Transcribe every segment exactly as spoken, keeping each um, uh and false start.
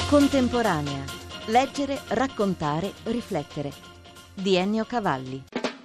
Contemporanea. Leggere, raccontare, riflettere. Di Ennio Cavalli.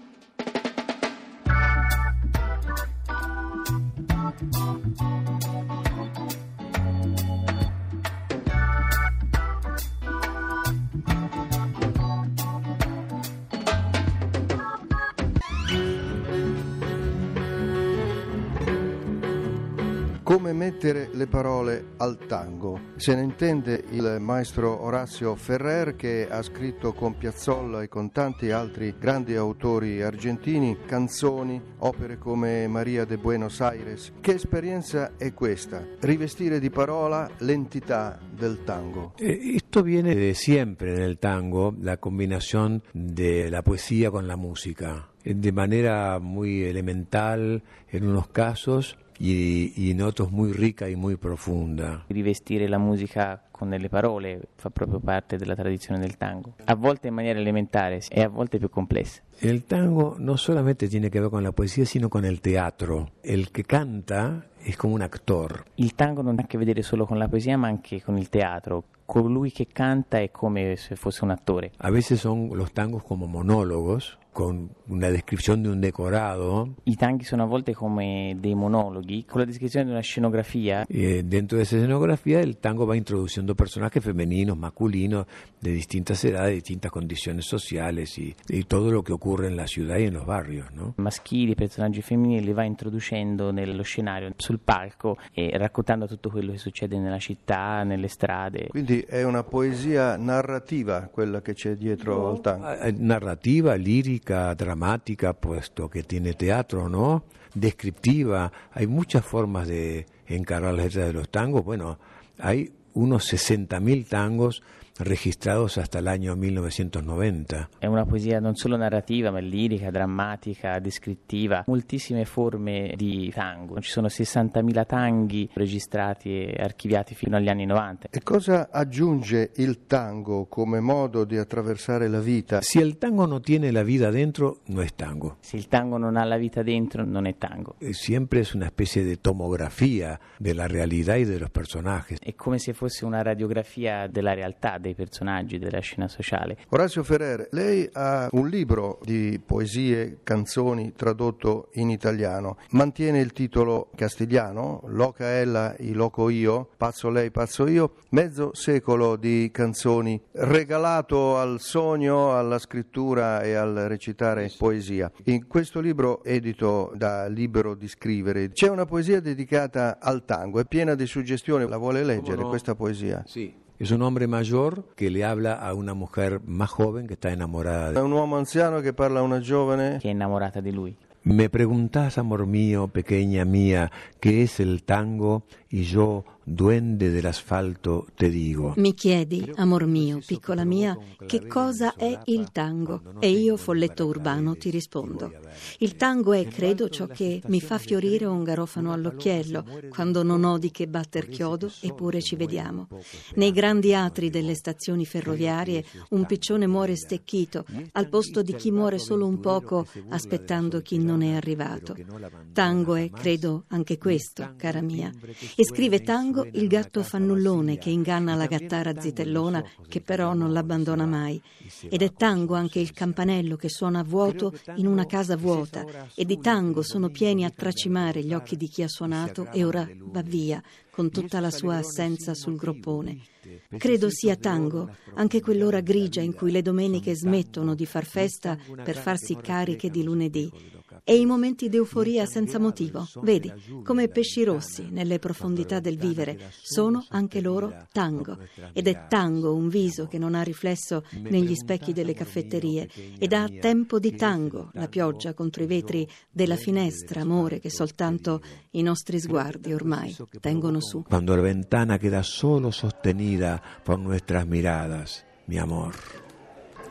Come mettere le parole al tango? Se ne intende il maestro Horacio Ferrer, che ha scritto con Piazzolla e con tanti altri grandi autori argentini canzoni, opere come Maria de Buenos Aires. Che esperienza è questa? Rivestire di parola l'entità del tango. Eh, esto viene de siempre en el tango, la combinación de la poesía con la música, de manera muy elemental en unos casos y, y en otros muy rica y muy profunda. Rivestire la musica con delle parole fa proprio parte della tradizione del tango, a volte in maniera elementare e a volte più complessa. El tango no solamente tiene que ver con la poesía, sino con el teatro. El que canta es como un actor. Il tango non ha a che vedere solo con la poesia, ma anche con il teatro. Colui che canta è come se fosse un attore. A veces son los tangos como monólogos, con una descrizione di un decorado. I tanghi sono a volte come dei monologhi, con la descrizione di una scenografia. Eh, dentro de esa escenografía el tango va introduciendo personajes femeninos, masculinos, de distintas edades, distintas condiciones sociales y, y todo lo que ocurre en la ciudad y en los barrios, ¿no? Maschili, personaggi femminili li va introducendo nello scenario, sul palco, e raccontando tutto quello che succede nella città, nelle strade. Quindi è una poesia narrativa quella che c'è dietro no, al tango. Narrativa, lírica, dramática, puesto que tiene teatro, ¿no? Descriptiva. Hay muchas formas de encarar las letras de los tangos. Bueno, hay unos sesenta mil tangos registrados hasta el año millenovecentonovanta. È una poesia non solo narrativa, ma lirica, drammatica, descrittiva, moltissime forme di tango. Ci sono sessantamila tanghi registrati e archiviati fino agli anni novanta. E cosa aggiunge il tango come modo di attraversare la vita? Si el tango no tiene la vida dentro, no es tango. Se il tango non ha la vita dentro, non è tango. Siempre es una especie de tomografía de la realidad y de los personajes. È come se fosse una radiografia della realtà, dei personaggi, della scena sociale. Horacio Ferrer, lei ha un libro di poesie, canzoni tradotto in italiano. Mantiene il titolo castigliano, Loca ella y loco io, pazzo lei, pazzo io, mezzo secolo di canzoni regalato al sogno, alla scrittura e al recitare poesia. In questo libro, edito da Libero di Scrivere, c'è una poesia dedicata al tango, è piena di suggestioni. La vuole leggere, no, questa poesia? Sì. Es un hombre mayor que le habla a una mujer más joven que está enamorada de él. È un uomo anziano che parla a una giovane che è innamorata di lui. Me preguntás, amor mío, pequeña mía, ¿qué es el tango? Y yo, duende del asfalto, te digo. Mi chiedi, amor mio, piccola mia, che cosa è il tango? E io, folletto urbano, ti rispondo. Il tango è, credo, ciò che mi fa fiorire un garofano all'occhiello, quando non ho di che batter chiodo, eppure ci vediamo. Nei grandi atri delle stazioni ferroviarie un piccione muore stecchito, al posto di chi muore solo un poco, aspettando chi non è arrivato. Tango è, credo, anche questo, cara mia. E scrive tango il gatto fannullone che inganna la gattara zitellona, che però non l'abbandona mai. Ed è tango anche il campanello che suona a vuoto in una casa vuota, e di tango sono pieni a tracimare gli occhi di chi ha suonato e ora va via con tutta la sua assenza sul groppone. Credo sia tango anche quell'ora grigia in cui le domeniche smettono di far festa per farsi cariche di lunedì. E i momenti d'euforia senza motivo, vedi, come pesci rossi nelle profondità del vivere, sono anche loro tango. Ed è tango un viso che non ha riflesso negli specchi delle caffetterie, ed ha tempo di tango la pioggia contro i vetri della finestra, amore, che soltanto i nostri sguardi ormai tengono su. Quando la ventana queda solo sostenida por nuestras miradas, mi amor.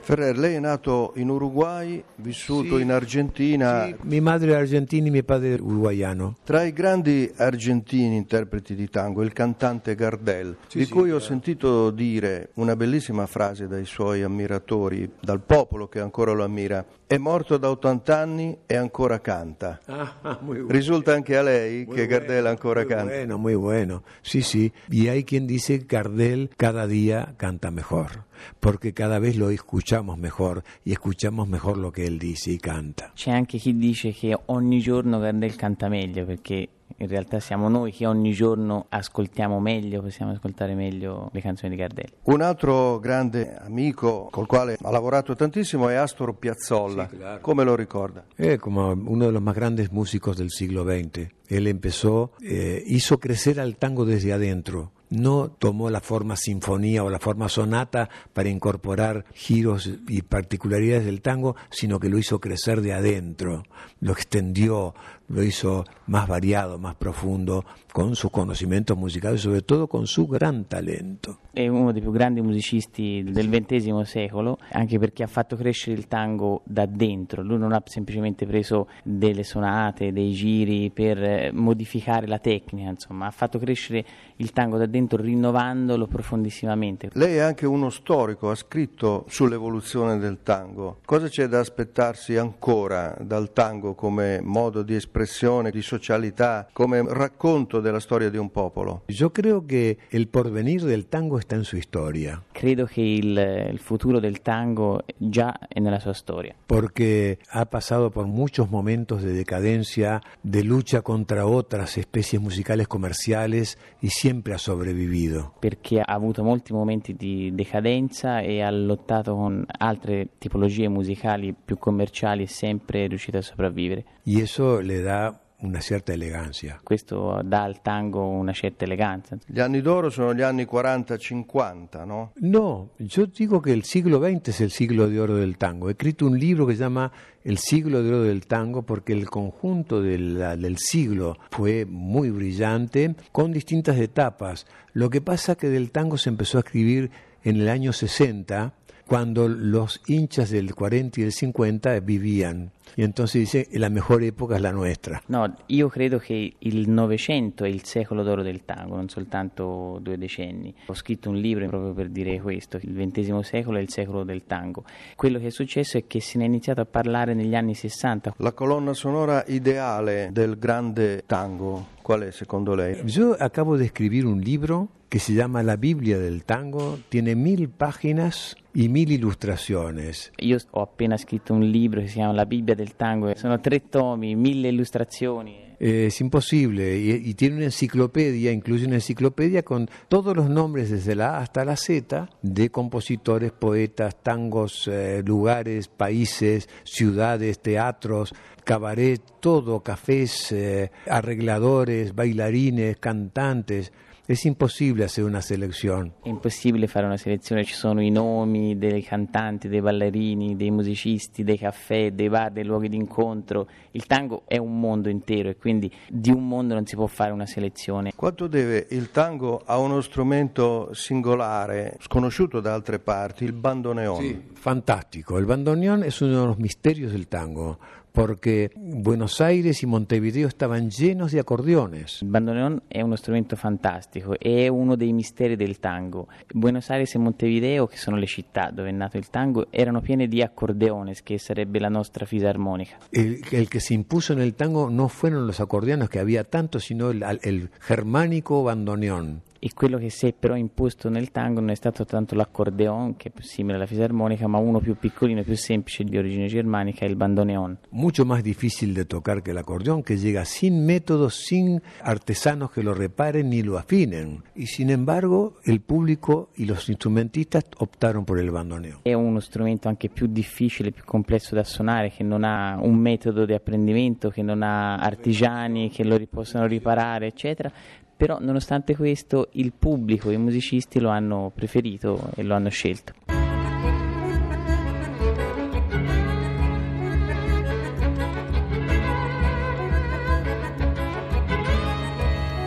Ferrer, lei è nato in Uruguay, vissuto sì, in Argentina. Sì, mi madre è argentina e mio padre è uruguaiano. Tra i grandi argentini interpreti di tango, il cantante Gardel, sì, di sì, cui ho certo. sentito dire una bellissima frase dai suoi ammiratori, dal popolo che ancora lo ammira: è morto da ottanta anni e ancora canta. Ah, muy bueno. Risulta anche a lei Muy che bueno, Gardel ancora muy canta? Bueno, muy bueno. Sí, sí. Y hay quien dice que Gardel cada día canta mejor, porque cada vez lo escuchamos mejor y escuchamos mejor lo que él dice y canta. C'è anche chi dice che ogni giorno Gardel canta meglio, perché in realtà siamo noi che ogni giorno ascoltiamo meglio, possiamo ascoltare meglio le canzoni di Gardel. Un altro grande amico col quale ha lavorato tantissimo è Astor Piazzolla. Sì, claro. Come lo ricorda? Es como uno de los más grandes músicos del siglo veinte. Él empezó, eh, hizo crecer al tango desde adentro. No tomó la forma sinfonía o la forma sonata para incorporar giros y particularidades del tango, sino que lo hizo crecer de adentro, lo extendió, lo hizo más variado, más profundo, con sus conocimientos musicales y sobre todo con su gran talento. È uno dei più grandi musicisti del ventesimo secolo, anche perché ha fatto crescere il tango da dentro. Lui non ha semplicemente preso delle sonate, dei giri per modificare la tecnica, insomma, ha fatto crescere il tango da dentro rinnovandolo profondissimamente. Lei è anche uno storico, ha scritto sull'evoluzione del tango. Cosa c'è da aspettarsi ancora dal tango come modo di espressione, di socialità, come racconto della storia di un popolo? Yo creo que el porvenir del tango está en su historia. Credo che il, il futuro del tango già è nella sua storia. Porque ha pasado por muchos momentos de decadencia, de lucha contra otras especies musicales comerciales y siempre ha sobrevivido. Perché ha avuto molti momenti di decadenza e ha lottato con altre tipologie musicali più commerciali e sempre è riuscito a sopravvivere. Y eso le da una cierta elegancia. Questo dà al tango una certa eleganza. Gli anni d'oro sono gli anni quaranta cinquanta, no? No, yo digo que el siglo veinte es el siglo de oro del tango. He escrito un libro que se llama El siglo de oro del tango porque el conjunto de la, del siglo fue muy brillante con distintas etapas. Lo que pasa que del tango se empezó a escribir en el año sesenta, cuando los hinchas del cuarenta y del cinquanta vivían. Y entonces dice la mejor época es la nuestra. No, io credo che il Novecento è il secolo d'oro del tango, non soltanto due decenni. Ho scritto un libro proprio per dire questo, il ventesimo secolo è il secolo del tango. Quello che è successo è che se ne è iniziato a parlare negli anni sessanta. La colonna sonora ideale del grande tango, qual è secondo lei? Yo acabo de escribir un libro que se llama La Biblia del Tango, tiene mil páginas y mil ilustraciones. Io ho appena scritto un libro che si chiama La Bibbia del Tango, sono tre tomi, mille illustrazioni. Eh, es imposible, y, y tiene una enciclopedia, incluye una enciclopedia con todos los nombres desde la A hasta la Z de compositores, poetas, tangos, eh, lugares, países, ciudades, teatros, cabaret, todo, cafés, eh, arregladores, bailarines, cantantes. Es imposible hacer una selección. È impossibile fare una selezione, ci sono i nomi dei cantanti, dei ballerini, dei musicisti, dei caffè, dei bar, dei luoghi d'incontro. Il tango è un mondo intero e quindi di un mondo non si può fare una selezione. Quanto deve il tango a uno strumento singolare, sconosciuto da altre parti, il bandoneon? Sí, fantástico. El bandoneón es uno de los misterios del tango, porque Buenos Aires y Montevideo estaban llenos de acordeones. Il bandoneon è uno strumento fantastico, è uno dei misteri del tango. Buenos Aires e Montevideo, che sono le città dove è nato il tango, erano piene di acordeones, che sarebbe la nostra fisarmonica. El, el que se impuso en el tango no fueron los acordeones, que había tanto, sino el, el germánico bandoneón. E quello che si è però imposto nel tango non è stato tanto l'accordeon, che è più simile alla fisarmonica, ma uno più piccolino, più semplice, di origine germanica, è il bandoneon. Mucho más difícil de tocar que el acordeón, que llega sin métodos, sin artesanos que lo reparen ni lo afinen. Y sin embargo, el público y los instrumentistas optaron por el bandoneón. È uno strumento anche più difficile, più complesso da suonare, che non ha un metodo di apprendimento, che non ha artigiani che lo possono riparare, eccetera. Però nonostante questo il pubblico e i musicisti lo hanno preferito e lo hanno scelto.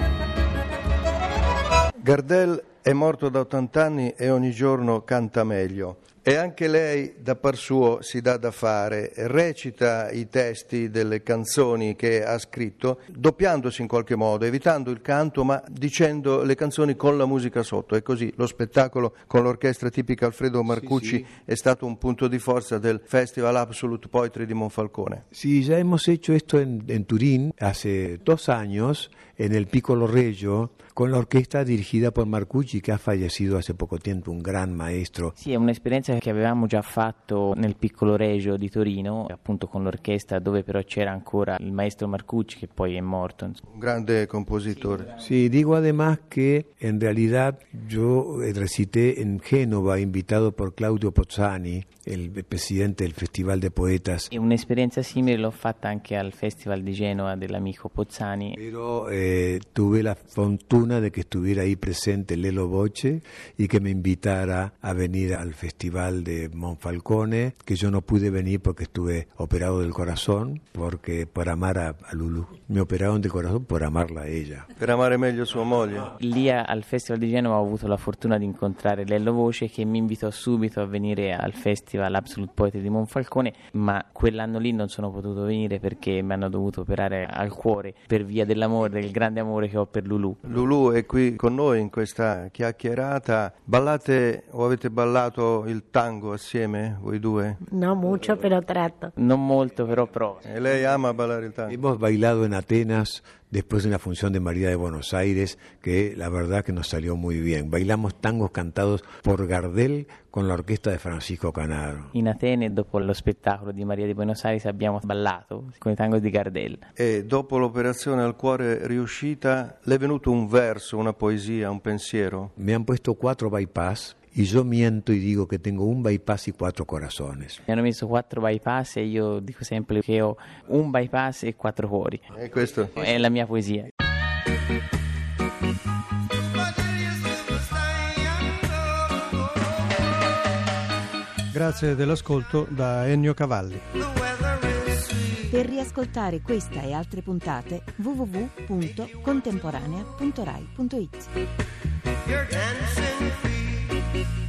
Gardel è morto da ottanta anni e ogni giorno canta meglio. E anche lei da par suo si dà da fare, recita i testi delle canzoni che ha scritto, doppiandosi in qualche modo, evitando il canto ma dicendo le canzoni con la musica sotto. E così lo spettacolo con l'orchestra tipica Alfredo Marcucci sì, sì. è stato un punto di forza del Festival Absolute Poetry di Monfalcone. Sí, ya hemos hecho esto en, en Turín hace dos años, en el Piccolo Regio, con la orquesta dirigida por Marcucci, che ha fallecido hace poco tiempo, un gran maestro. Sì, è un'esperienza che avevamo già fatto nel Piccolo Regio di Torino, appunto con l'orchestra, dove però c'era ancora il maestro Marcucci, che poi è morto. Un grande compositore. Sí, digo además que en realidad yo recité en Génova, invitado por Claudio Pozzani, el presidente del Festival de Poetas. E un'esperienza simile l'ho fatta anche al Festival di Genova dell'amico Pozzani. Pero eh, tuve la fortuna de que estuviera ahí presente Lelo Boche y que me invitara a venir al Festival de Monfalcone, que yo no pude venir porque estuve operado del corazón, porque por amar a, a Lulù. Me operaron del corazón por amarla a ella. Per amare meglio sua moglie. Lì al Festival di Genova ho avuto la fortuna di incontrare Lello Voce, che mi invitò subito a venire al Festival Absolute Poetry di Monfalcone, ma quell'anno lì non sono potuto venire perché mi hanno dovuto operare al cuore per via dell'amore, del grande amore che ho per Lulù. Lulù è qui con noi in questa chiacchierata. Ballate o avete ballato il tango assieme, voi due? No mucho, pero trato. Non molto, però provo. E lei ama ballare il tango? Hemos bailado en Atenas después de una función de María de Buenos Aires que la verdad que nos salió muy bien. Bailamos tangos cantados por Gardel con la orquesta de Francisco Canaro. In Atene, dopo lo spettacolo di Maria di Buenos Aires, abbiamo ballato con i tangos di Gardel. E dopo l'operazione al cuore riuscita, le è venuto un verso, una poesia, un pensiero? Me han puesto cuatro bypass y yo miento y digo que tengo un bypass y cuatro corazones. Mi hanno messo quattro bypass e io dico sempre che ho un bypass e quattro cuori. E questo? È la mia poesia. Grazie dell'ascolto da Ennio Cavalli. Per riascoltare questa e altre puntate w w w punto contemporanea punto rai punto it. You're dancing free.